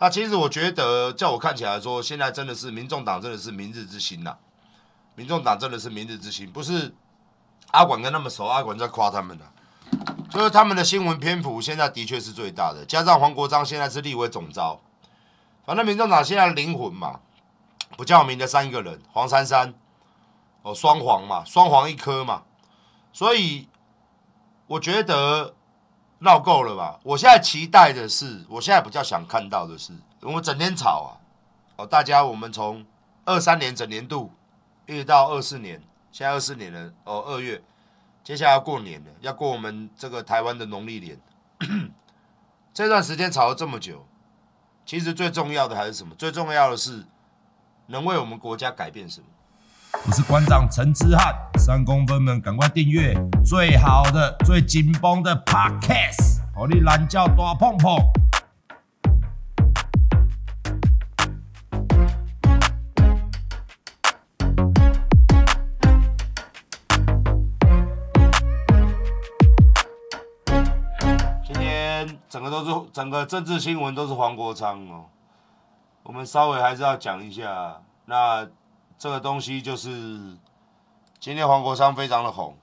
那其实我觉得，叫我看起来说，现在真的是民众党真的是明日之星呐、民众党真的是明日之星，不是阿管跟他们熟，阿管在夸他们就是他们的新闻篇幅现在的确是最大的，加上黄国章现在是立委总召，反正民众党现在的灵魂嘛，不叫名的3个人，黄珊珊，双黄嘛，双黄一颗嘛，所以我觉得闹够了吧？我现在期待的是，我现在比较想看到的是，我们整天吵大家我们从23年整年度一直到24年，现在24年了，2月。接下来要过年了，要过我们这个台湾的农历年。这段时间吵了这么久，其实最重要的还是什么？最重要的是能为我们国家改变什么？ 我是馆长陈之汉，3公分们赶快订阅最好的、最紧绷的 Podcast， 让你懒觉大碰碰。 整个政治新闻都是黄国昌我们稍微还是要讲一下。那这个东西就是今天黄国昌非常的红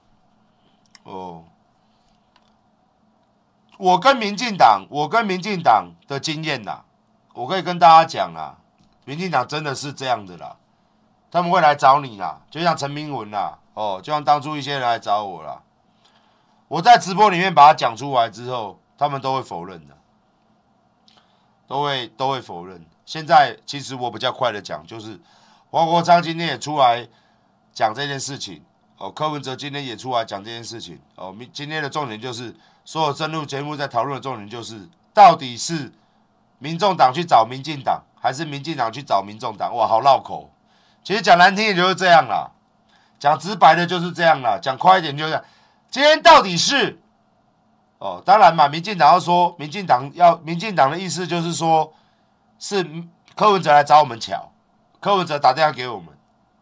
我跟民进党的经验我可以跟大家讲民进党真的是这样的啦，他们会来找你啦，就像陈明文就像当初一些人来找我啦，我在直播里面把它讲出来之后。他们都会否认的，都会否认。现在其实我比较快的讲，就是黄国昌今天也出来讲这件事情，柯文哲今天也出来讲这件事情，今天的重点就是所有深入节目在讨论的重点就是，到底是民众党去找民进党，还是民进党去找民众党？哇，好绕口。其实讲难听也就是这样啦，讲直白的就是这样啦，讲快一点就是这样。今天到底是？当然嘛，民进党要说，民进党的意思就是说，是柯文哲来找我们瞧，柯文哲打电话给我们，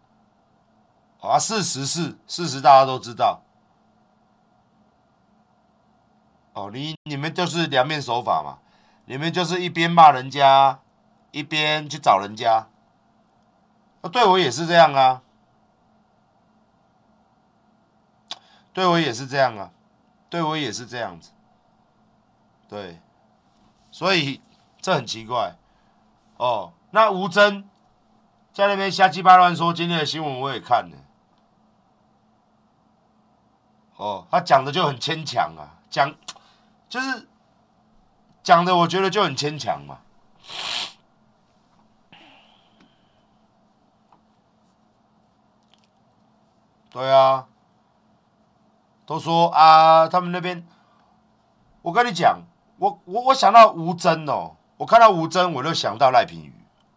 事实大家都知道，你们就是两面手法嘛，你们就是一边骂人家，一边去找人家，对我也是这样啊，对我也是这样啊。对我也是这样子，对，所以这很奇怪那吴峥在那边瞎鸡巴乱说，今天的新闻我也看了，他讲的就很牵强就是讲的我觉得就很牵强嘛，对啊。都说他们那边，我跟你讲，我想到吴峥我看到吴峥我就想到赖品妤，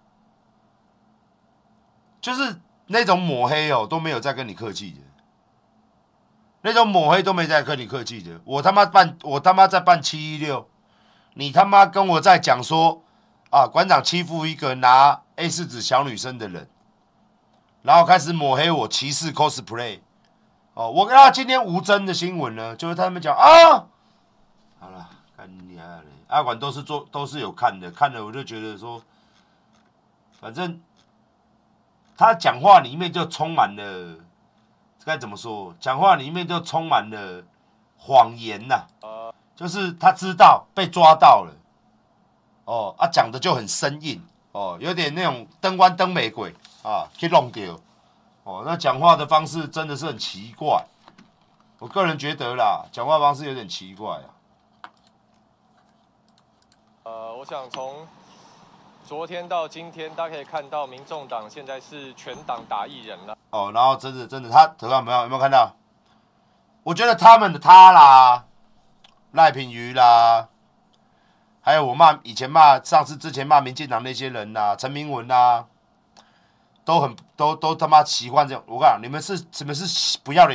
就是那种抹黑都没有在跟你客气的，那种抹黑都没在跟你客气的。我他妈在办716，你他妈跟我在讲说馆长欺负一个拿 A4 纸小女生的人，然后开始抹黑我歧视 cosplay。我跟他今天吴峥的新闻呢，就是他们讲好了，看你阿管都是有看的，看了我就觉得说，反正他讲话里面就充满了，该怎么说？讲话里面就充满了谎言就是他知道被抓到了，讲的就很生硬，有点那种灯官灯玫瑰去弄掉。那讲话的方式真的是很奇怪，我个人觉得啦，讲话方式有点奇怪我想从昨天到今天，大家可以看到，民众党现在是全党打1人了。 然后真的，他有没有看到？我觉得他啦，赖品妤啦，还有我之前骂民进党那些人啦，陈明文啦。都他妈习惯这样，我跟你讲，你们是不要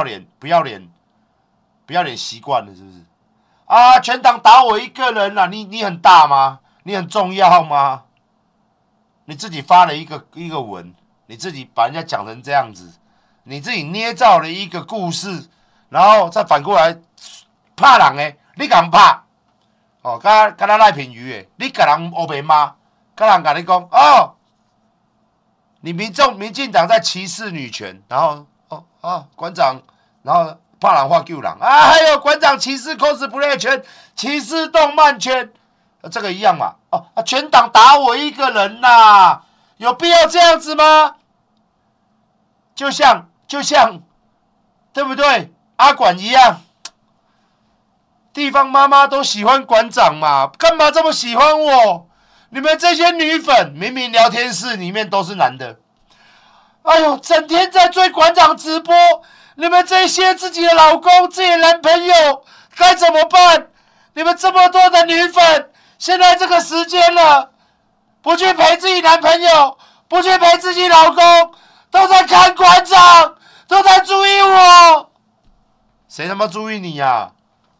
脸习惯了是不是？全党打我一个人啦，你很大吗？你很重要吗？你自己发了一个文，你自己把人家讲成这样子，你自己捏造了一个故事，然后再反过来怕人你敢怕？ 哦，敢若赖品妤诶，你甲人黑白骂，甲人甲你讲哦，你民进党在歧视女权，然后馆长，然后怕人话救人啊，还有馆长歧视 cosplay 圈，歧视动漫圈，这个一样嘛？全党打我一个人呐，有必要这样子吗？就像，对不对？阿管一样，地方妈妈都喜欢馆长嘛，干嘛这么喜欢我？你们这些女粉，明明聊天室里面都是男的，哎呦，整天在追馆长直播，你们这些自己的老公、自己的男朋友该怎么办？你们这么多的女粉，现在这个时间了，不去陪自己男朋友，不去陪自己老公，都在看馆长，都在注意我，谁他妈注意你呀？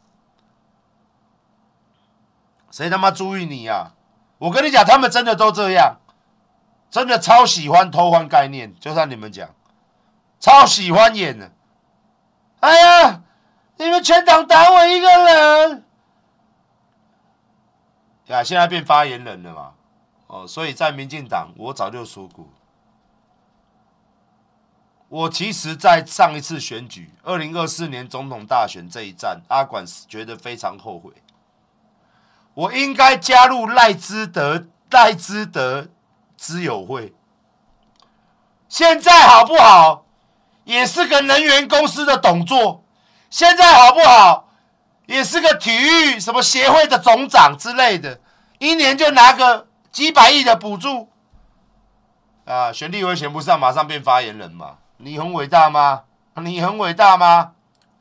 谁他妈注意你呀？我跟你讲，他们真的都这样，真的超喜欢偷换概念，就像你们讲，超喜欢演的。哎呀，你们全党打我一个人，呀，现在变发言人了嘛？哦，所以在民进党，我早就说过，我其实，在上一次选举，2024年总统大选这一战，阿管觉得非常后悔。我应该加入赖之德之友会，现在好不好？也是个能源公司的董座，现在好不好？也是个体育什么协会的总长之类的，一年就拿个几百亿的补助，啊，选立委选不上，马上变发言人嘛？你很伟大吗？你很伟大吗？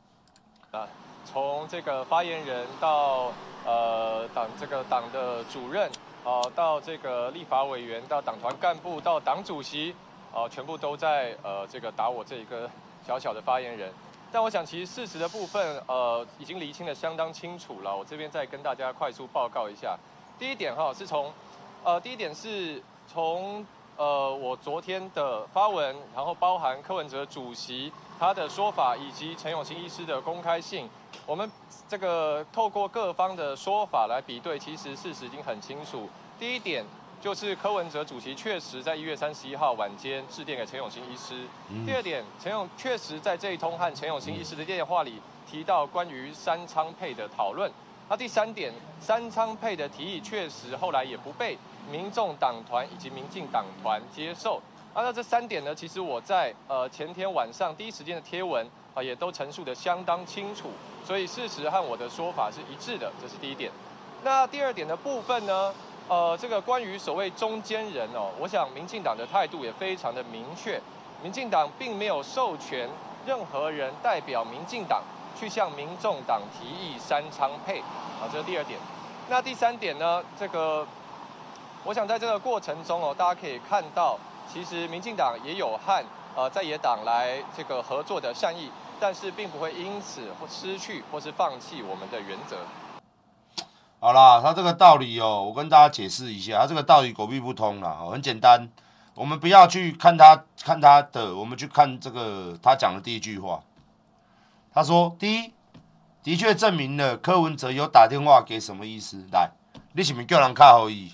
从这个发言人到党的主任，到这个立法委员，到党团干部，到党主席，全部都在这个打我这一个小小的发言人。但我想，其实事实的部分，已经厘清的相当清楚了。我这边再跟大家快速报告一下。第一点是从，第一点是从我昨天的发文，然后包含柯文哲主席他的说法，以及陈永新医师的公开信。我们这个透过各方的说法来比对，其实事实已经很清楚。第一点就是柯文哲主席确实在1月31号晚间致电给陈永新医师。第二点，确实在这一通和陈永新医师的电话里提到关于三仓配的讨论。那第三点，三仓配的提议确实后来也不被民众党团以及民进党团接受。那这三点呢，其实我在前天晚上第一时间的贴文也都陈述的相当清楚，所以事实和我的说法是一致的，这是第一点。那第二点的部分呢，这个关于所谓中间人我想民进党的态度也非常的明确，民进党并没有授权任何人代表民进党去向民众党提议三仓配，这是第二点。那第三点呢，这个我想在这个过程中大家可以看到，其实民进党也有和在野党来这个合作的善意，但是并不会因此或失去或是放弃我们的原则。 好啦，他这个道理我跟大家解释一下，他这个道理狗屁不通啦，很简单，我们不要去看他的，我们去看这个他讲的第一句话。他说，第一，的确证明了柯文哲有打电话给什么医师来，你是不是叫人卡好医？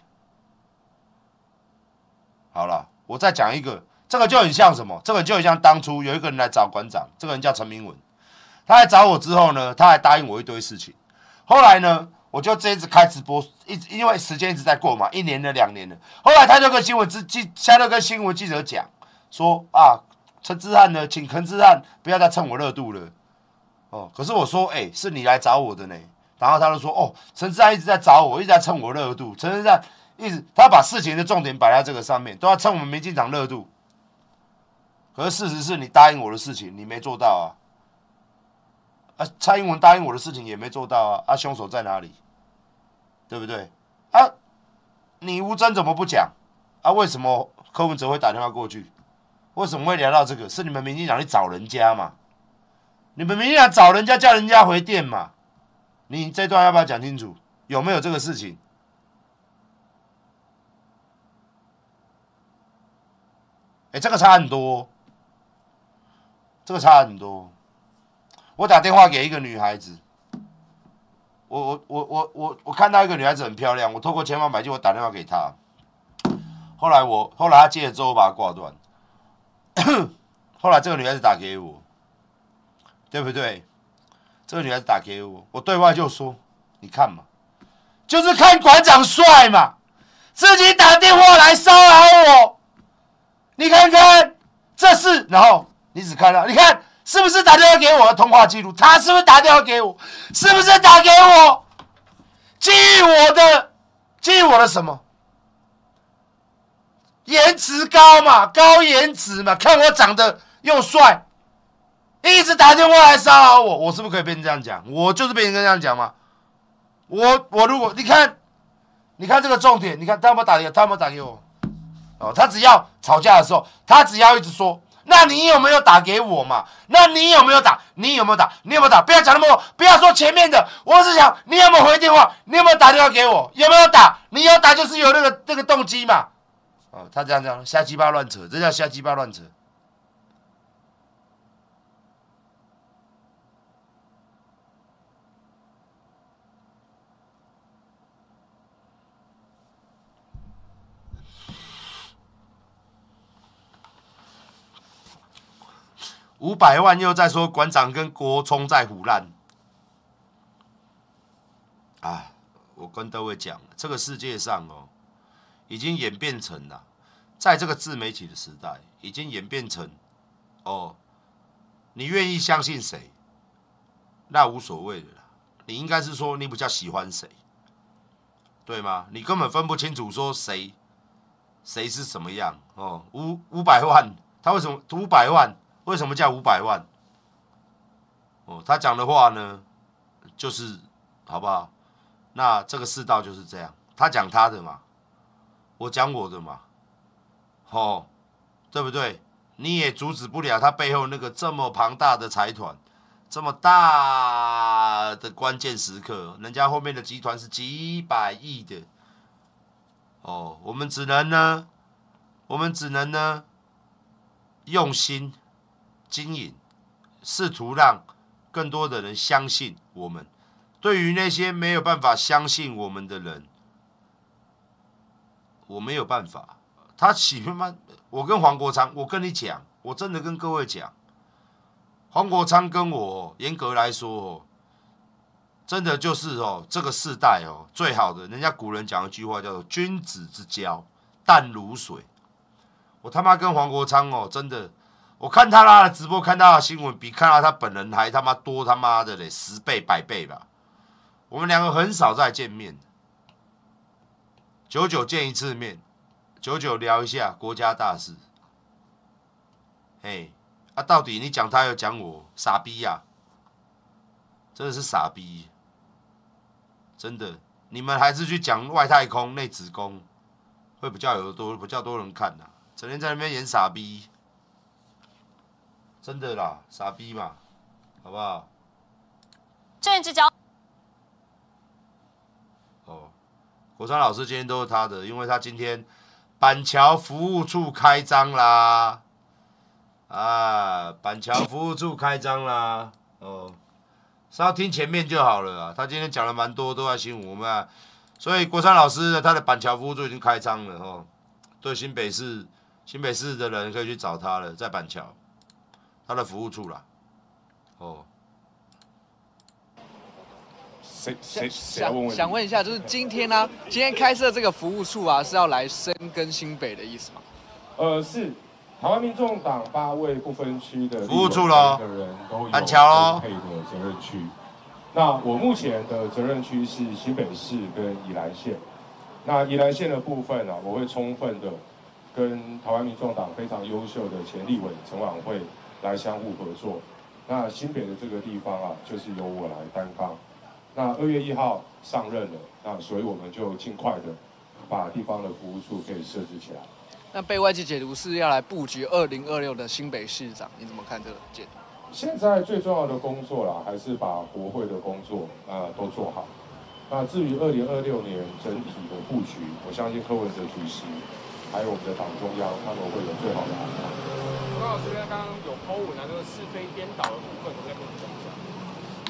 好了，我再讲一个，这个就很像什么？这个就很像当初有一个人来找馆长，这个人叫陈明文，他来找我之后呢，他还答应我一堆事情。后来呢，我就这一直开直播，因为时间一直在过嘛，1年了2年了。后来他就跟新闻记者讲说啊，陈之汉呢，请陈之汉不要再蹭我热度了。可是我说，是你来找我的呢。然后他就说，陈之汉一直在找我，一直在蹭我热度。陈之汉他把事情的重点摆在这个上面，都要蹭我们民进党热度。可是事实是你答应我的事情，你没做到啊。蔡英文答应我的事情也没做到啊。凶手在哪里？对不对？你吴峥怎么不讲？为什么柯文哲会打电话过去？为什么会聊到这个？是你们民进党去找人家嘛？你们民进党找人家，叫人家回电嘛？你这段要不要讲清楚？有没有这个事情？这个差很多，这个差很多。我打电话给一个女孩子， 我看到一个女孩子很漂亮，我透过千方百计我打电话给她，后来她接了之后我把她挂断，后来这个女孩子打给我，对不对？这个女孩子打给我，我对外就说，你看嘛，就是看馆长帅嘛，自己打电话来骚扰我，你看看这是，然后你只看到，你看。是不是打电话给我的通话记录？他是不是打电话给我？是不是打给我？基于我的什么？颜值高嘛，高颜值嘛，看我长得又帅，一直打电话来骚扰我，我是不是可以变成这样讲？我就是被人这样讲嘛。我如果你看这个重点，你看他有没有打给我？哦，他只要吵架的时候，他只要一直说。那你有没有打给我嘛？那你有没有打？你有没有打？不要讲那么多，不要说前面的。我是想你有没有回电话？你有没有打电话给我？有没有打？你有打就是有那个动机嘛。哦，他这样瞎鸡巴乱扯，这叫瞎鸡巴乱扯。500万又在说馆长跟国聪在唬烂啊！我跟各位讲，这个世界上哦，已经演变成了，在这个自媒体的时代，已经演变成哦，你愿意相信谁，那无所谓的啦。你应该是说你比较喜欢谁，对吗？你根本分不清楚说谁是什么样哦。500万，他为什么500万？为什么叫500万？哦，他讲的话呢，就是好不好？那这个世道就是这样，他讲他的嘛，我讲我的嘛，哦，对不对？你也阻止不了他背后那个这么庞大的财团，这么大的关键时刻，人家后面的集团是几百亿的，哦，我们只能呢，用心经营，试图让更多的人相信我们。对于那些没有办法相信我们的人，我没有办法。他喜欢我跟黄国昌，我跟你讲，我真的跟各位讲，黄国昌跟我严格来说真的就是这个世代最好的。人家古人讲一句话叫做君子之交淡如水。我他妈跟黄国昌真的。我看他的直播，看他的新闻，比看到他本人还他妈多他妈的嘞，10倍100倍吧。我们两个很少再见面，久久见一次面，久久聊一下国家大事。嘿，到底你讲他又讲我傻逼呀、真的是傻逼，真的。你们还是去讲外太空、内子宫，会比较多人看呐、整天在那边演傻逼。真的啦，傻逼嘛，好不好？ 政治交哦，国昌老师今天都是他的，因为他今天板桥服务处开张啦，啊，板桥服务处开张啦，哦，稍听前面就好了啊。他今天讲了蛮多，都在新闻我们啊，所以国昌老师他的板桥服务处已经开张了哦。对新北市的人可以去找他了，在板桥。他的服务处啦，哦， 想问一下，就是今天开设这个服务处啊，是要来深耕新北的意思吗？ 是台湾民众党8位不分区的服务处咯， 人都有板桥咯配的责任区。那我目前的责任区是新北市跟宜兰县。那宜兰县的部分啊，我会充分的跟台湾民众党非常优秀的前立委陈婉慧来相互合作。那新北的这个地方啊，就是由我来担纲。那2月1号上任了，那所以我们就尽快的把地方的服务处可以设置起来。 那被外界解读是要来布局2026的新北市长，你怎么看这个解读？ 现在最重要的工作啦，还是把国会的工作都做好。那至于2026年整体的布局，我相信柯文哲主席还有我们的党中央，他们会有最好的安排。 高老师刚刚有 po 文啊，那个是非颠倒的部分，我再跟你讲一下。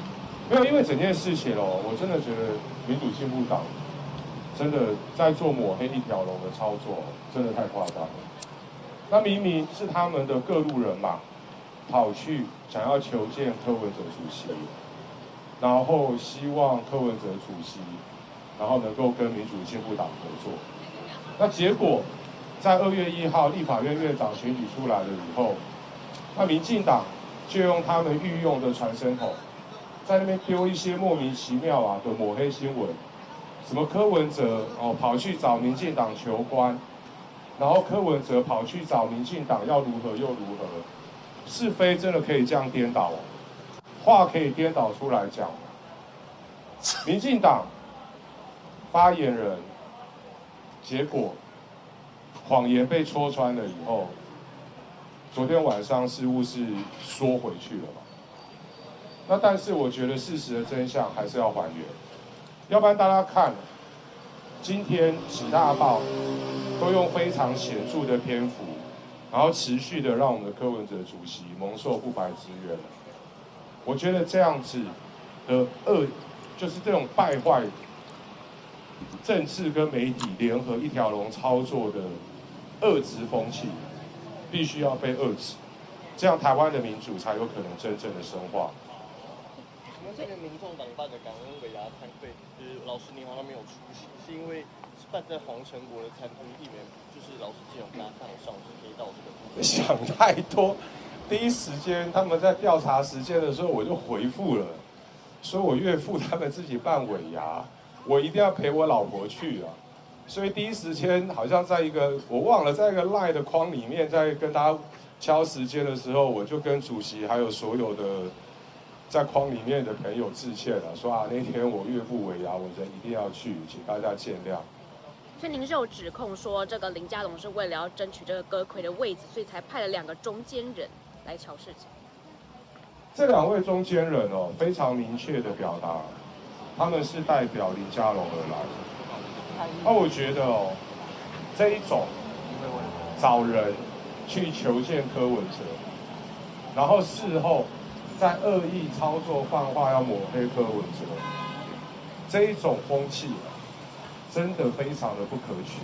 没有，因为整件事情哦，我真的觉得民主进步党真的在做抹黑一条龙的操作，真的太夸张了。那明明是他们的各路人马跑去想要求见柯文哲主席，然后希望柯文哲主席，然后能够跟民主进步党合作。那结果在2月1号立法院院长选举出来了以后，那民进党就用他们御用的传声筒，在那边丢一些莫名其妙的抹黑新闻，什么柯文哲跑去找民进党求官，然后柯文哲跑去找民进党要如何又如何，是非真的可以这样颠倒话可以颠倒出来讲。民进党发言人，结果谎言被戳穿了以后，昨天晚上似乎是缩回去了嘛。那但是我觉得事实的真相还是要还原，要不然大家看，今天几大报都用非常显著的篇幅，然后持续的让我们的柯文哲主席蒙受不白之冤。我觉得这样子的就是这种败坏政治跟媒体联合一条龙操作的恶质风气，必须要被遏制，这样台湾的民主才有可能真正的深化。 这个民众党办的感恩尾牙餐会，就是老师您好像没有出席，是因为是办在黄成国的餐厅，避免就是老师这种大上是可以到这个部分。 想太多，第一时间他们在调查时间的时候，我就回复了，说我岳父他们自己办尾牙，我一定要陪我老婆去啊。所以第一时间好像在一个我忘了，在一个 LINE 的框里面，在跟他敲时间的时候，我就跟主席还有所有的在框里面的朋友致歉了，说那天我岳父尾牙，我人一定要去，请大家见谅。 所以您是有指控说，这个林佳龙是为了要争取这个阁揆的位置，所以才派了2个中间人来瞧事情。 这2位中间人非常明确的表达，他们是代表林佳龙而来。我觉得这一种找人去求见柯文哲，然后事后在恶意操作放话要抹黑柯文哲，这一种风气真的非常的不可取。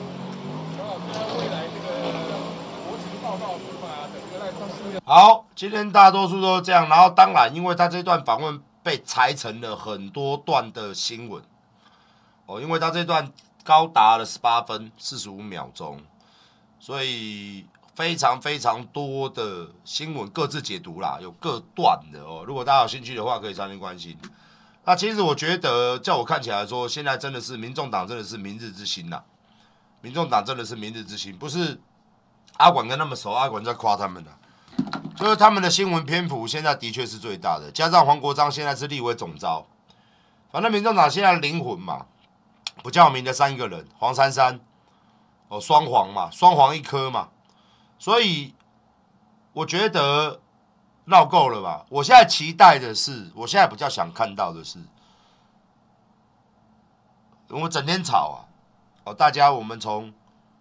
好，今天大多数都是这样。然后当然，因为他这段访问被裁成了很多段的新闻，因为他这段高达了18分45秒钟，所以非常非常多的新闻各自解读啦，有各段的如果大家有兴趣的话，可以参与关心。那其实我觉得，在我看起来说，现在真的是民众党真的是明日之星啦。民众党真的是明日之星，不是阿管跟他们熟，阿管在夸他们啦。就是他们的新闻篇幅现在的确是最大的，加上黄国章现在是立委总召，反正民众党现在灵魂嘛，不叫名的3个人，黄珊珊，双黄嘛，双黄一颗嘛，所以我觉得闹够了吧。我现在期待的是，我现在比较想看到的是，我们整天吵大家我们从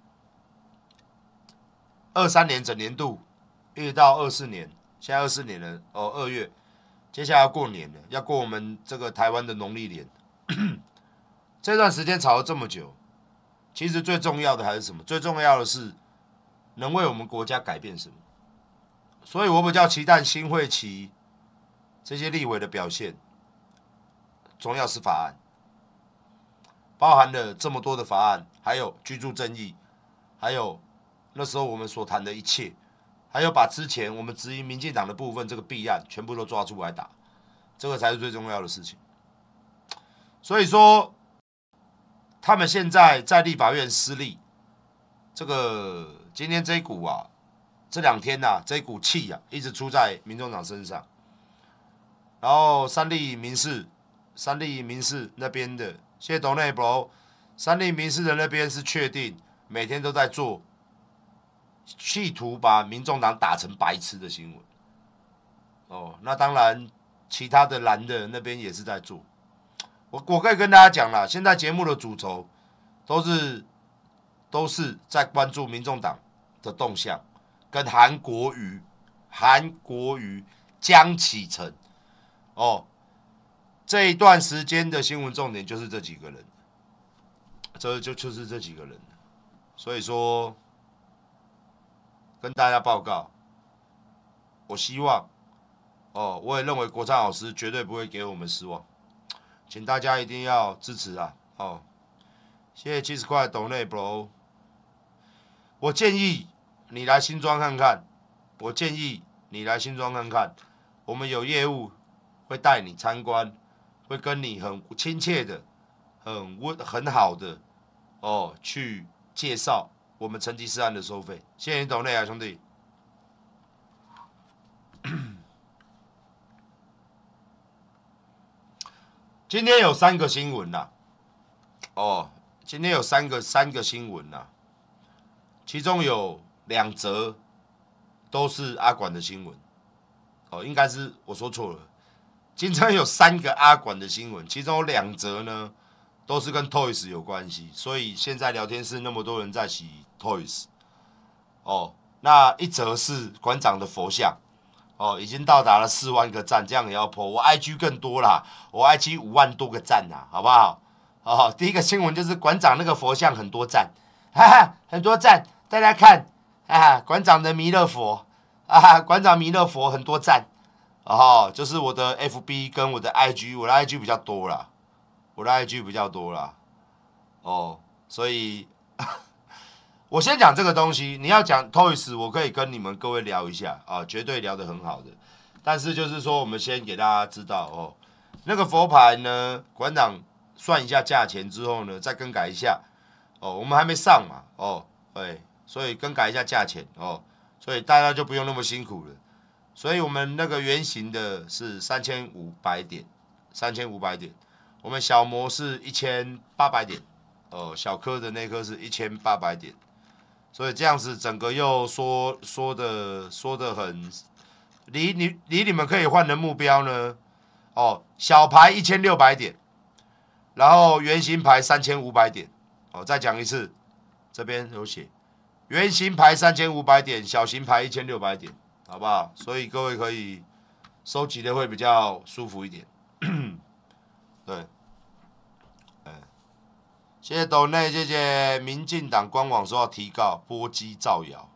23年整年度一直到24年，现在24年了2月，接下来要过年了，要过我们这个台湾的农历年。这段时间吵了这么久，其实最重要的还是什么？最重要的是能为我们国家改变什么。所以我比较期待新会期这些立委的表现。重要是法案，包含了这么多的法案，还有居住正义，还有那时候我们所谈的一切，还有把之前我们质疑民进党的部分这个弊案全部都抓出来打，这个才是最重要的事情。所以说，他们现在在立法院失利，这个今天这一股这2天这一股气一直出在民众党身上。然后三立民视那边的，谢谢董内博，三立民视的那边是确定每天都在做，企图把民众党打成白痴的新闻。那当然，其他的蓝的那边也是在做。我可以跟大家讲啦，现在节目的主轴都是在关注民众党的动向，跟韩国瑜、江启臣， 这一段时间的新闻重点就是这几个人，就是这几个人，所以说跟大家报告，我希望我也认为国昌老师绝对不会给我们失望，请大家一定要支持啊！谢谢70块抖内 bro， 我建议你来新庄看看，我们有业务会带你参观。会跟你很亲切的、很好的去介绍我们成吉思汗的收费。谢谢你抖内啊，兄弟。今天有3个新闻啦，今天有三个新闻啦，其中有2则都是阿管的新闻，应该是我说错了。今天有3个阿管的新闻，其中有2则呢，都是跟 Toys 有关系，所以现在聊天室那么多人在洗 Toys。那1则是馆长的佛像，已经到达了4万个赞，这样也要 po。我 IG 更多啦，我 IG 5万多个赞啦，好不好？第一个新闻就是馆长那个佛像很多赞，哈哈，很多赞，大家看啊，馆长的弥勒佛啊，馆长弥勒佛很多赞。就是我的 FB 跟我的 IG， 我的 IG 比较多啦，所以我先讲这个东西。你要讲 Toys， 我可以跟你们各位聊一下啊，绝对聊得很好的。但是就是说，我们先给大家知道那个佛牌呢，馆长算一下价钱之后呢，再更改一下我们还没上嘛对，所以更改一下价钱所以大家就不用那么辛苦了。所以我们那个圆形的是3500点，3500点。我们小模是1800点，小颗的那颗是1800点。所以这样子整个又说的很离你们可以换的目标呢，小牌1600点，然后圆形牌3500点。再讲一次，这边有写，圆形牌3500点，小型牌1600点。好不好？所以各位可以收集的会比较舒服一点。对，谢谢斗内，谢谢民进党官网说要提告波基造谣。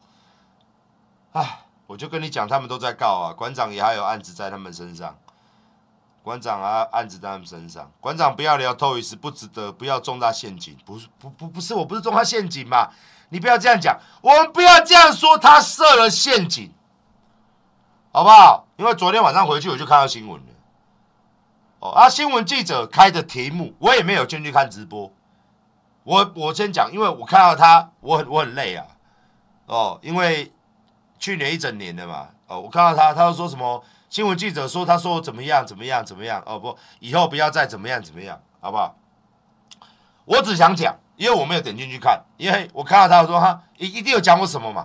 我就跟你讲，他们都在告啊，馆长也还有案子在他们身上。馆长案子在他们身上。馆长不要聊 Toys， 不值得，不要中他陷阱。不是，我不是中他陷阱嘛？你不要这样讲，我们不要这样说，他设了陷阱。好不好？因为昨天晚上回去我就看到新闻了。新闻记者开的题目，我也没有进去看直播。我先讲，因为我看到他，我很累啊。因为去年1整年了嘛。我看到他就说什么新闻记者说他说怎么样，不，以后不要再怎么样，好不好？我只想讲，因为我没有点进去看，因为我看到他说他一定有讲我什么嘛。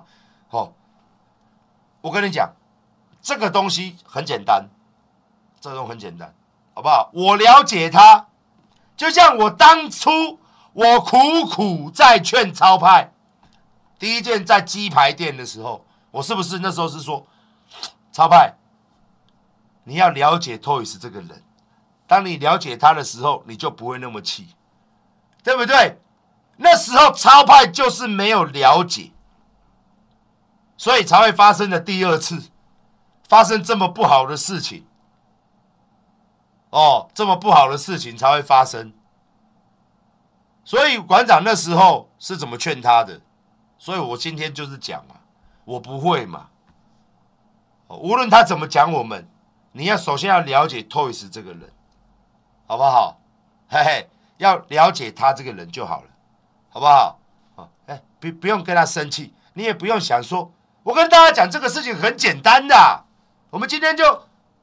我跟你讲。这个东西很简单，好不好？我了解他，就像我当初我苦在劝超派，第一件在鸡排店的时候，我是不是那时候是说，超派，你要了解 Toys 这个人，当你了解他的时候，你就不会那么气，对不对？那时候超派就是没有了解，所以才会发生了第2次。发生这么不好的事情，这么不好的事情才会发生。所以馆长那时候是怎么劝他的？所以我今天就是讲嘛，我不会嘛。无论他怎么讲我们，你要首先要了解 Toys 这个人，好不好？嘿嘿，要了解他这个人就好了，好不好？不用跟他生气，你也不用想说，我跟大家讲这个事情很简单的。我们今天就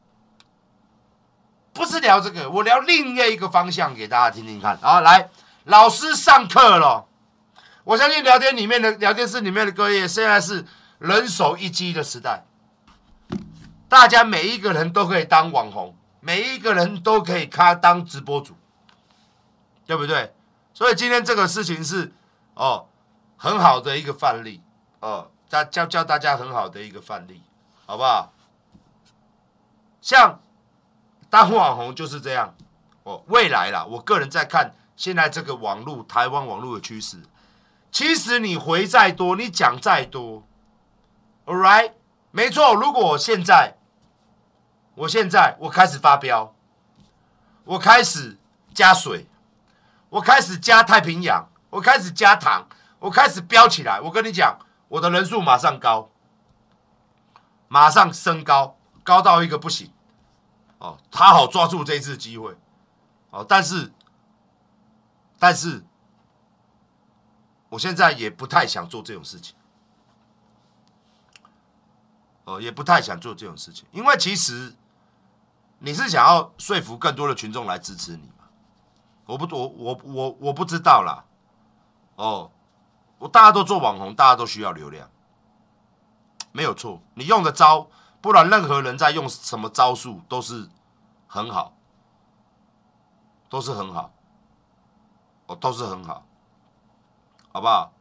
不是聊这个，我聊另外一个方向给大家听听看。好，来，老师上课了。我相信聊天室里面的各位，现在是人手一机的时代，大家每一个人都可以当网红，每一个人都可以当直播主，对不对？所以今天这个事情是很好的一个范例，教大家很好的一个范例，好不好？像当网红就是这样。未来啦，我个人在看现在这个台湾网络的趋势，其实你回再多，你讲再多 ，all right， 没错。如果我现在我开始发飙，我开始加水，我开始加太平洋，我开始加糖，我开始飙起来，我跟你讲，我的人数马上高，马上升高，高到一个不行。他好抓住这一次机会。但是我现在也不太想做这种事情。也不太想做这种事情，因为其实你是想要说服更多的群众来支持你嘛？我不知道啦。大家都做网红，大家都需要流量，没有错。你用的招，不然任何人在用什么招数都是很好，都是很好，都是很好，好不好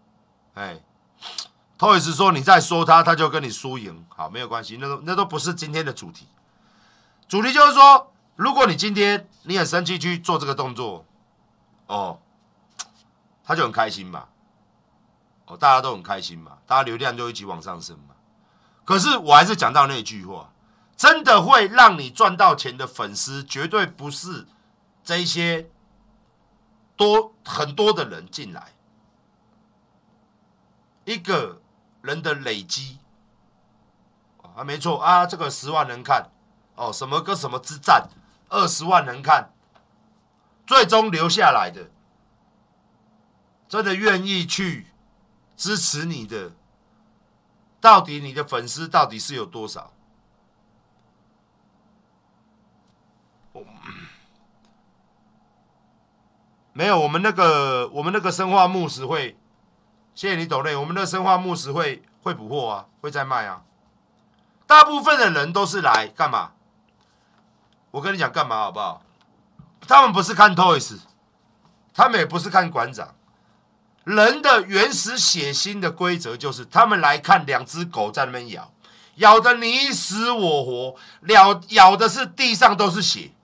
？Toys 说你再说他就跟你输赢，好，没有关系，那都不是今天的主题。主题就是说，如果你今天你很生气去做这个动作，他就很开心嘛，大家都很开心嘛，大家流量就一起往上升嘛。可是我还是讲到那句话，真的会让你赚到钱的粉丝，绝对不是这一些很多的人进来，一个人的累积没错啊，这个10万人看什么个什么之战，20万人看，最终留下来的，真的愿意去支持你的，到底你的粉丝到底是有多少？没有，我们那个生化牧师会，谢谢你抖内，我们的生化牧师会补货啊，会再卖啊。大部分的人都是来干嘛？我跟你讲干嘛好不好？他们不是看 Toys， 他们也不是看馆长。人的原始血腥的规则就是，他们来看2只狗在那边咬，咬得你死我活，咬的是地上都是血。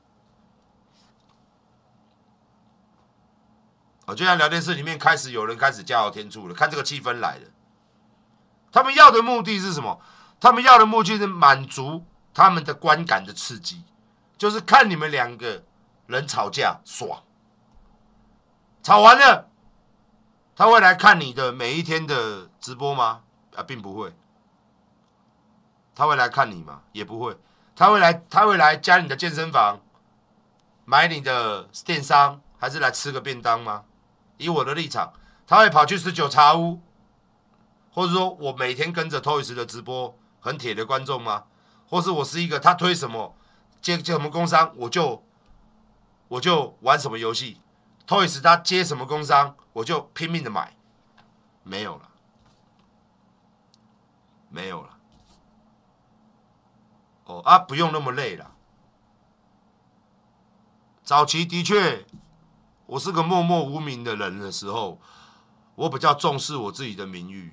就像聊天室里面开始有人开始加油添醋了，看这个气氛来了。他们要的目的是什么？他们要的目的是满足他们的观感的刺激，就是看你们2个人吵架爽。吵完了，他会来看你的每一天的直播吗？并不会。他会来看你吗？也不会。他会来加你的健身房，买你的电商，还是来吃个便当吗？以我的立场，他会跑去19茶屋，或者说我每天跟着 Toys 的直播很铁的观众吗？或是我是一个他推什么接什么工商，我就玩什么游戏 ，Toys 他接什么工商，我就拼命的买，没有了，没有了。不用那么累了。早期的确。我是个默默无名的人的时候，我比较重视我自己的名誉，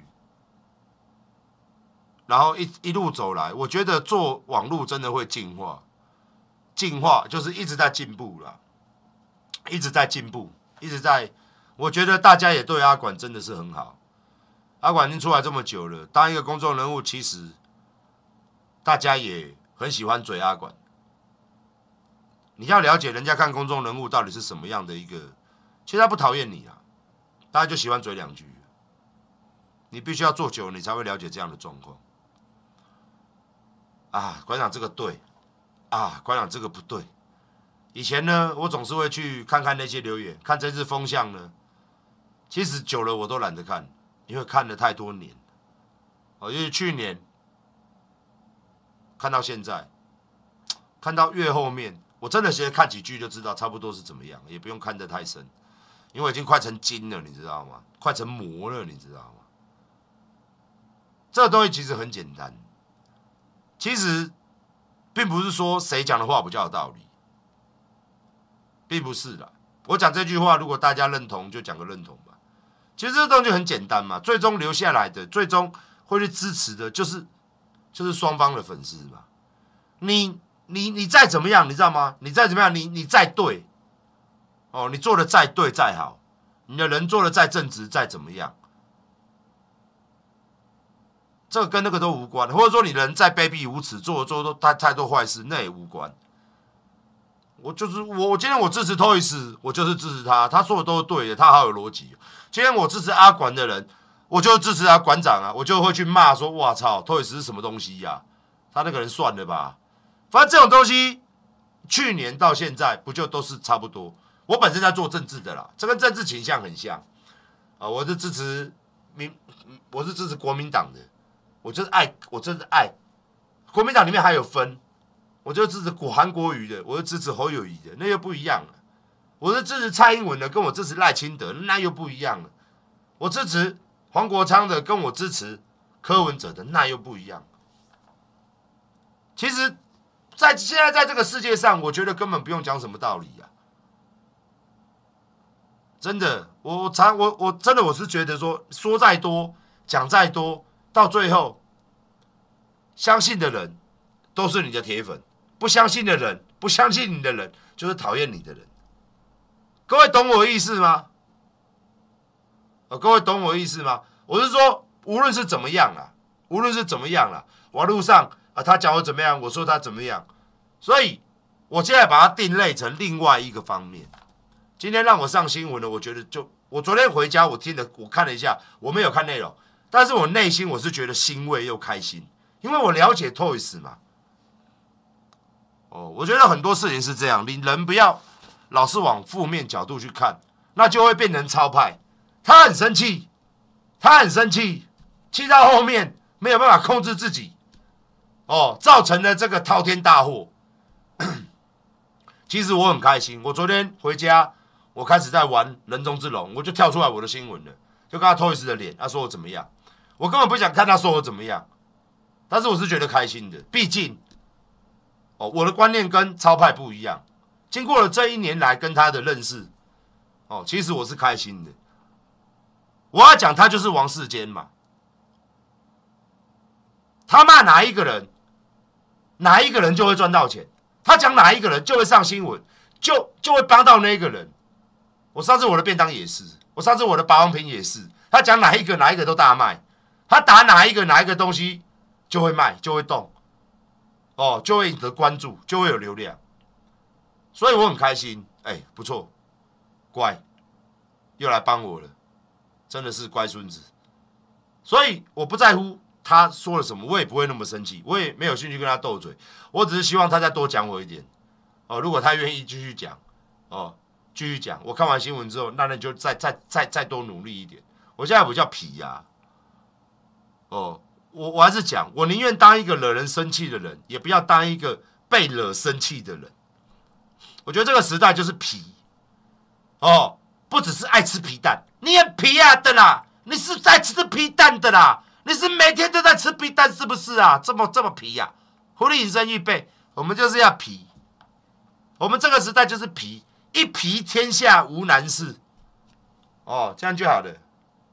然后一路走来，我觉得做网络真的会进化，进化就是一直在进步啦，一直在进步，一直在。我觉得大家也对阿管真的是很好，阿管已经出来这么久了，当一个公众人物，其实大家也很喜欢嘴阿管。你要了解人家看公众人物到底是什么样的一个，其实他不讨厌你啊，大家就喜欢嘴2句。你必须要做久了，你才会了解这样的状况。馆长这个对，馆长这个不对。以前呢，我总是会去看看那些留言，看这次风向呢，其实久了我都懒得看，因为看了太多年。因为去年看到现在，看到越后面。我真的觉得看几句就知道差不多是怎么样，也不用看得太深，因为已经快成筋了，你知道吗？快成膜了，你知道吗？这个东西其实很简单，其实并不是说谁讲的话比较有道理，并不是啦。我讲这句话，如果大家认同，就讲个认同吧。其实这个东西很简单嘛，最终留下来的，最终会去支持的，就是双方的粉丝嘛。 你再怎么样，你知道吗？你再怎么样，你再对，哦，你做的再对再好，你的人做的再正直再怎么样，这个跟那个都无关，或者说你人再卑鄙无耻，做太多坏事，那也无关。我今天我支持 Toys， 我就是支持他，他说的都是对的，他好有逻辑。今天我支持阿管的人，我就支持他馆长啊，我就会去骂说，哇操 ，Toys 是什么东西呀？他那个人算了吧。反正这种东西，去年到现在不就都是差不多。我本身在做政治的啦，这跟政治倾向很像啊。我是支持国民党的，我就是爱。国民党里面还有分，我就支持韩国瑜的，我就支持侯友宜的，那又不一样了。我是支持蔡英文的，跟我支持赖清德，那又不一样了。我支持黄国昌的，跟我支持柯文哲的，那又不一样。其实，现在在这个世界上，我觉得根本不用讲什么道理啊。真的，我真的我是觉得说再多，讲再多，到最后，相信的人都是你的铁粉，不相信的人，不相信你的人，就是讨厌你的人。各位懂我的意思吗？各位懂我的意思吗？我是说，无论是怎么样啦，网络上他讲我怎么样，我说他怎么样，所以我现在把它定类成另外一个方面。今天让我上新闻了，我觉得我昨天回家我看了一下，我没有看内容，但是我内心我是觉得欣慰又开心，因为我了解 Toys 嘛。我觉得很多事情是这样，你人不要老是往负面角度去看，那就会变成超派。他很生气，气到后面没有办法控制自己，造成了这个滔天大祸。其实我很开心，我昨天回家，我开始在玩人中之龙，我就跳出来我的新闻了，就看他 Toys 的脸，他说我怎么样，我根本不想看他说我怎么样，但是我是觉得开心的，毕竟，我的观念跟超派不一样，经过了这1年来跟他的认识，其实我是开心的。我要讲他就是王世坚嘛，他骂哪一个人，哪一个人就会赚到钱。他讲哪一个人就会上新闻，就会帮到那一个人。我上次我的便当也是，我上次我的保养品也是。他讲哪一个都大卖，他打哪一个东西就会卖，就会动，就会得关注，就会有流量。所以我很开心，不错，乖，又来帮我了，真的是乖孙子。所以我不在乎他说了什么，我也不会那么生气，我也没有兴趣跟他斗嘴，我只是希望他再多讲我一点。如果他愿意继续讲，我看完新闻之后，那你就再多努力一点。我现在比较皮呀，我还是讲，我宁愿当一个惹人生气的人，也不要当一个被惹生气的人。我觉得这个时代就是皮，不只是爱吃皮蛋，你也皮啊的啦，你是在吃皮蛋的啦。你是每天都在吃皮蛋是不是啊？这么皮呀、狐狸隐身预备，我们就是要皮。我们这个时代就是皮，一皮天下无难事。这样就好了。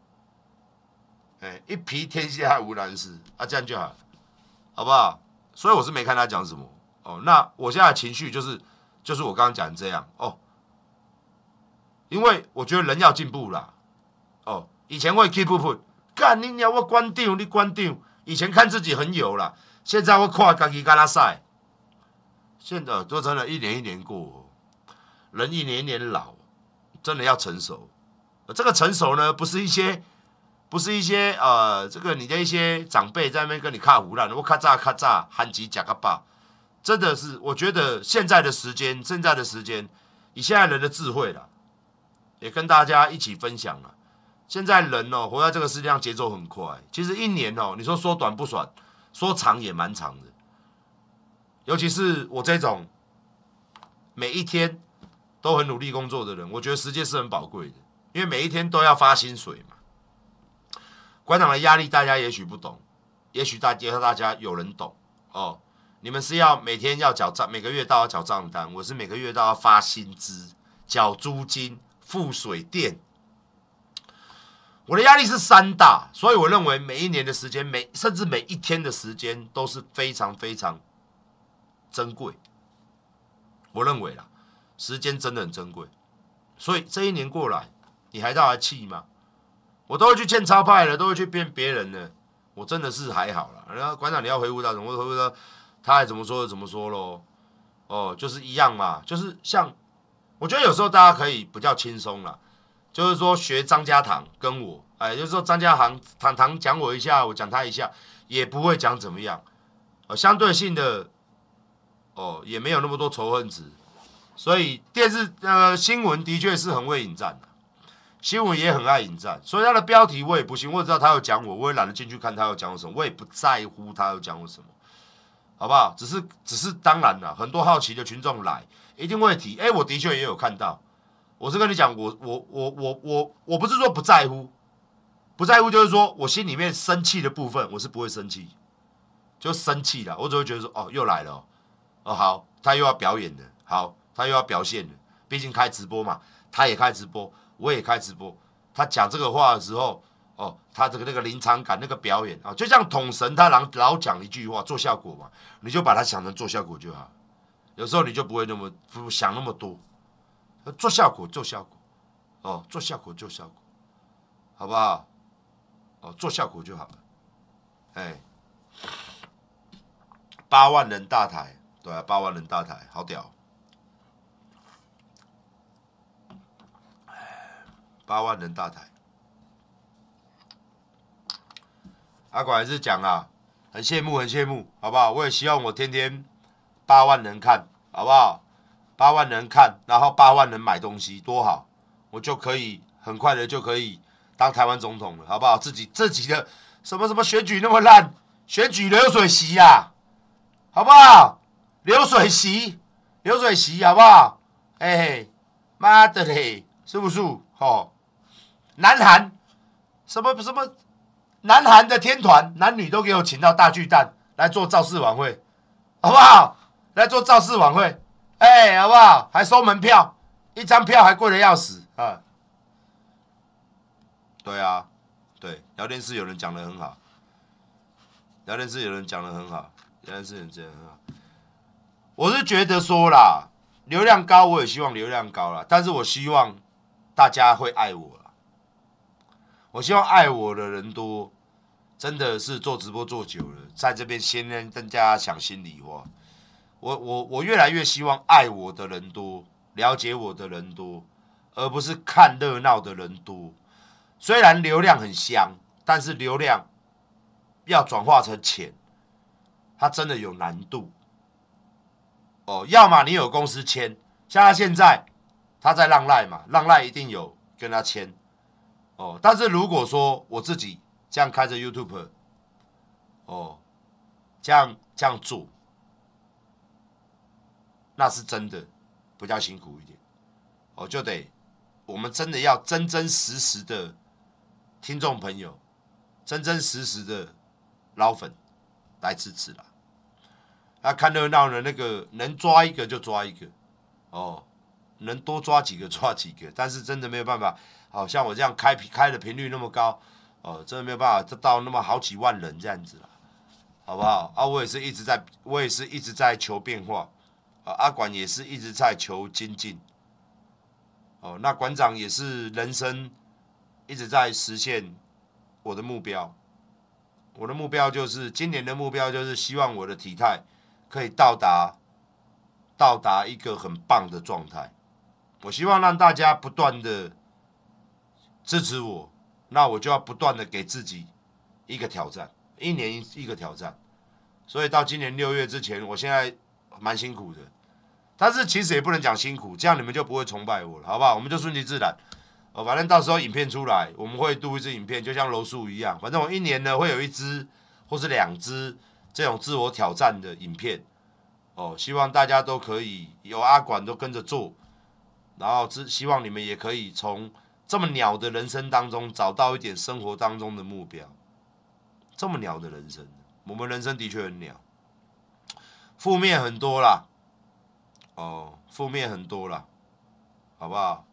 一皮天下无难事啊，这样就好了，好不好？所以我是没看他讲什么。那我现在的情绪就是我刚刚讲这样因为我觉得人要进步啦。以前会 keep up。干你娘！我关掉，你关掉。以前看自己很有啦，现在我看自己跟他晒。现在都真的一年一年过，人一年一年老，真的要成熟。这个成熟呢，不是一些这个你的一些长辈在那边跟你卡胡乱，我咔嚓喊几假个爸，真的是我觉得现在的时间，以现在人的智慧啦，也跟大家一起分享了。现在人活在这个世界上节奏很快，其实1年你说说短不短，说长也蛮长的。尤其是我这种每一天都很努力工作的人，我觉得时间是很宝贵的，因为每一天都要发薪水嘛。馆长的压力大家也许不懂，也许大家有人懂你们是要每天要缴账，每个月都要缴账单，我是每个月都要发薪资、缴租金、付水电。我的压力是3大，所以我认为每一年的时间，甚至每一天的时间都是非常非常珍贵，我认为啦，时间真的很珍贵。所以这一年过来，你还让他气吗？我都会去欠超派了，都会去变别人了，我真的是还好啦。然后馆长你要回复到什么？回复到他还怎么说就怎么说咯。哦，就是一样嘛，就是像我觉得有时候大家可以比较轻松啦，就是说学张家堂跟我，就是说张家堂讲我一下，我讲他一下，也不会讲怎么样。相对性的，也没有那么多仇恨值，所以新闻的确是很会引战的，新闻也很爱引战，所以他的标题我也不信，我也知道他有讲我也懒得进去看他有讲我什么，我也不在乎他有讲我什么，好不好？只是当然啦，很多好奇的群众来一定会提，我的确也有看到，我是跟你讲，我不是说不在乎，不在乎就是说我心里面生气的部分我是不会生气。就生气了，我只会觉得说，又来了，好，他又要表演了，好，他又要表现了，毕竟开直播嘛，他也开直播，我也开直播，他讲这个话的时候，他这个那个临场感那个表演啊，就像统神他老讲一句话做效果嘛，你就把它想成做效果就好，有时候你就不会不想那么多，做效果，做效果，做效果，做效果，好不好？做效果就好了，8万人大台，对啊，8万人大台，好屌，8万人大台。阿管还是讲啊，很羡慕，很羡慕，好不好？我也希望我天天8万人看，好不好？8万人看，然后8万人买东西，多好，我就可以很快的就可以当台湾总统了，好不好？自己的什么选举那么烂，选举流水席啊！好不好？流水席，好不好？妈的嘞，是不是？南韩什么南韩的天团，男女都给我请到大巨蛋来做造势晚会，好不好？来做造势晚会，好不好？还收门票，一张票还贵得要死啊！对啊，对，聊天室有人讲得很好，我是觉得说啦，流量高，我也希望流量高啦，但是我希望大家会爱我啦。我希望爱我的人多，真的是做直播做久了，在这边先跟大家讲心里话。我越来越希望爱我的人多，了解我的人多，而不是看热闹的人多。虽然流量很香，但是流量要转化成钱，它真的有难度。要么你有公司签，像他现在他在浪赖嘛，浪赖一定有跟他签。但是如果说我自己这样开着 YouTube， 这样做，那是真的比较辛苦一点。就得我们真的要真真实实的听众朋友，真真实实的老粉来支持啦。看热闹的那个能抓一个就抓一个，能多抓几个抓几个，但是真的没有办法。好像我这样开的频率那么高，真的没有办法到那么好几万人这样子啦，好不好？我也是一直在求变化，阿管也是一直在求精进，那馆长也是人生一直在实现我的目标。我的目标就是今年的目标就是希望我的体态可以到达一个很棒的状态。我希望让大家不断的支持我，那我就要不断的给自己一个挑战，一年一个挑战。所以到今年6月之前，我现在蛮辛苦的，但是其实也不能讲辛苦，这样你们就不会崇拜我了，好不好？我们就顺其自然。反正到时候影片出来，我们会录一支影片，就像柔术一样。反正我一年呢会有1支或是2支这种自我挑战的影片。希望大家都可以有阿管都跟着做，然后希望你们也可以从这么鸟的人生当中找到一点生活当中的目标。这么鸟的人生，我们人生的确很鸟，负面很多啦，负面很多啦，好不好？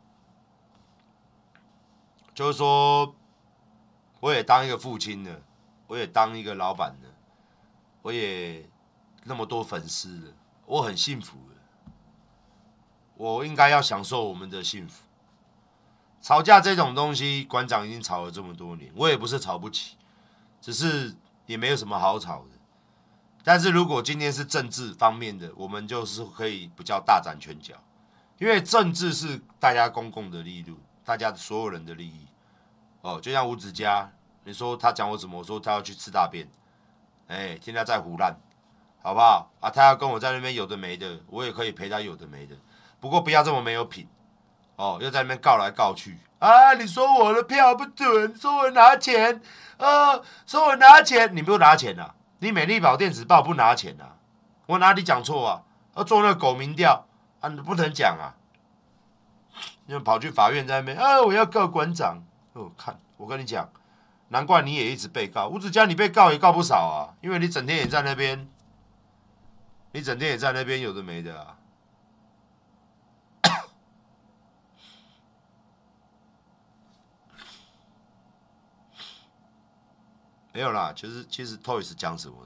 就是说，我也当一个父亲了， 我也当一个老板了，我也那么多粉丝了，我很幸福了。我应该要享受我们的幸福。吵架这种东西，馆长已经吵了这么多年，我也不是吵不起，只是也没有什么好吵的。但是如果今天是政治方面的，我们就是可以比较大展拳脚，因为政治是大家公共的利益，大家所有人的利益。哦，就像吴子嘉，你说他讲我什么？我说他要去吃大便，听他在胡乱，好不好？啊，他要跟我在那边有的没的，我也可以陪他有的没的，不过不要这么没有品。哦，又在那边告来告去啊！你说我的票不准，说我拿钱，说我拿钱，你不拿钱啊？你美丽宝电子报不拿钱啊？我哪里讲错啊？要做那个狗民调啊，你不能讲啊！你跑去法院在那边我要告馆长。看我跟你讲，难怪你也一直被告。吴子嘉，你被告也告不少啊，因为你整天也在那边，有的没的啊。没有啦，其实 Toys 讲什么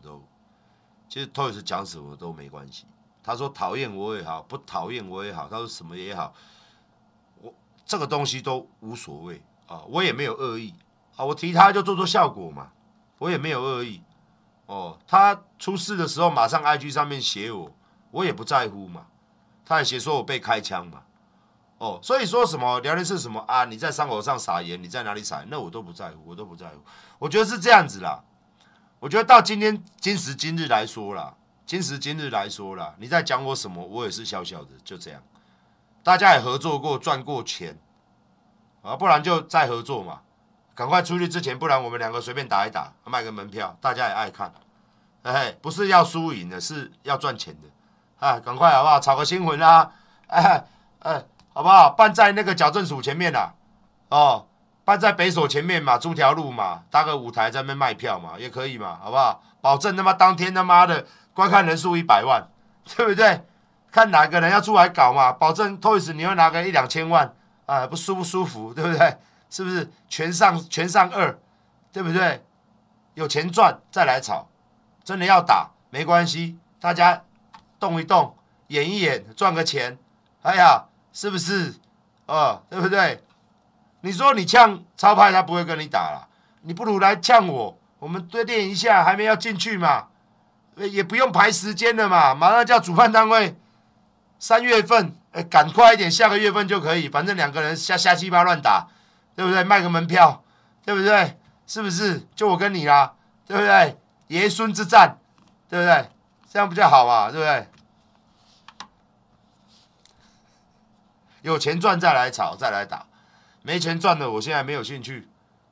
都没关系。他说讨厌我也好，不讨厌我也好，他说什么也好，我这个东西都无所谓啊，我也没有恶意啊，我提他就做效果嘛，我也没有恶意哦。他出事的时候马上 IG 上面写我也不在乎嘛，他也写说我被开枪嘛。哦，所以说什么聊天是什么啊？你在伤口上撒盐，你在哪里撒盐？那我都不在乎，我觉得是这样子啦。我觉得到今时今日来说啦，你在讲我什么，我也是笑笑的，就这样。大家也合作过，赚过钱啊，不然就再合作嘛。赶快出去之前，不然我们两个随便打一打，卖个门票，大家也爱看。不是要输赢的，是要赚钱的。赶快好不好？炒个新闻啦！好不好？办在那个矫正署前面啦，办在北所前面嘛，租条路嘛，搭个舞台在那边卖票嘛，也可以嘛，好不好？保证他妈当天他妈的观看人数100万，对不对？看哪个人要出来搞嘛，保证 Toys 你会拿个1-2千万，不舒服，对不对？是不是全上2，对不对？有钱赚再来炒，真的要打没关系，大家动一动，演一演，赚个钱，是不是？对不对？你说你呛超派，他不会跟你打了，你不如来呛我，我们对练一下，还没要进去嘛，也不用排时间了嘛，马上叫主办单位3月份，赶快一点，下个月份就可以，反正2个人瞎七八乱打，对不对？卖个门票，对不对？是不是？就我跟你啦，对不对？爷孙之战，对不对？这样比较好嘛，对不对？有钱赚再来炒，再来打，没钱赚的我现在没有兴趣。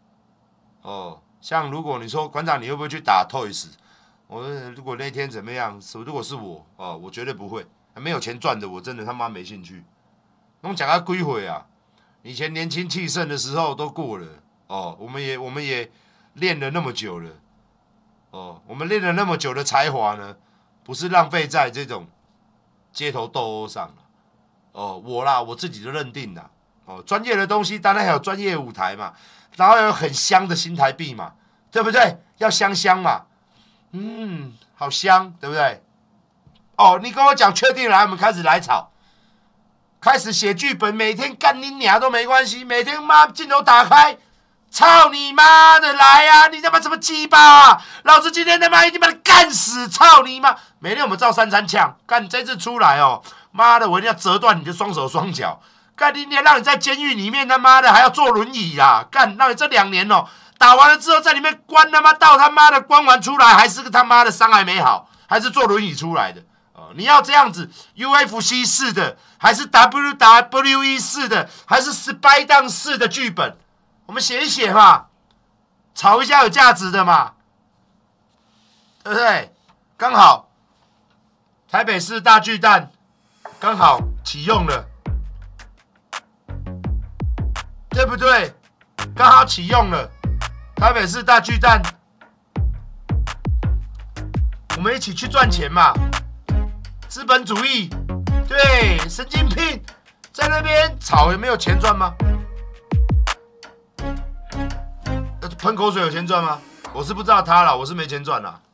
像如果你说馆长你会不会去打 Toys？ 我说如果那天怎么样，如果是我，我绝对不会。没有钱赚的我真的他妈没兴趣。我讲到几回啊？以前年轻气盛的时候都过了，我们也练了那么久了，我们练了那么久的才华呢，不是浪费在这种街头斗殴上。我自己的认定啦，专业的东西当然还有专业舞台嘛，然后有很香的新台币嘛，对不对？要香嘛，好香，对不对？你跟我讲确定来，我们开始来炒，开始写剧本，每天干你娘都没关系，每天妈镜头打开，操你妈的来啊！你他妈什么鸡巴啊！老子今天他妈一定把你干死！操你妈！每天我们照3枪，干你这次出来妈的，我一定要折断你的双手双脚！干你娘，让你在监狱里面他妈的还要坐轮椅啦！干，让你这2年打完了之后在里面关他妈到他妈的关完出来还是个他妈的伤还没好，还是坐轮椅出来的。你要这样子 UFC 式的，还是 WWE 式的，还是 Spy Down 式的剧本？我们写一写嘛，炒一下有价值的嘛，对不对？刚好台北市大巨蛋刚好启用了，对不对？刚好启用了台北市大巨蛋，我们一起去赚钱嘛。资本主义，对，神经病，在那边炒有没有钱赚吗？喷口水有钱赚吗？ 我是不知道他啦，我是没钱赚啦。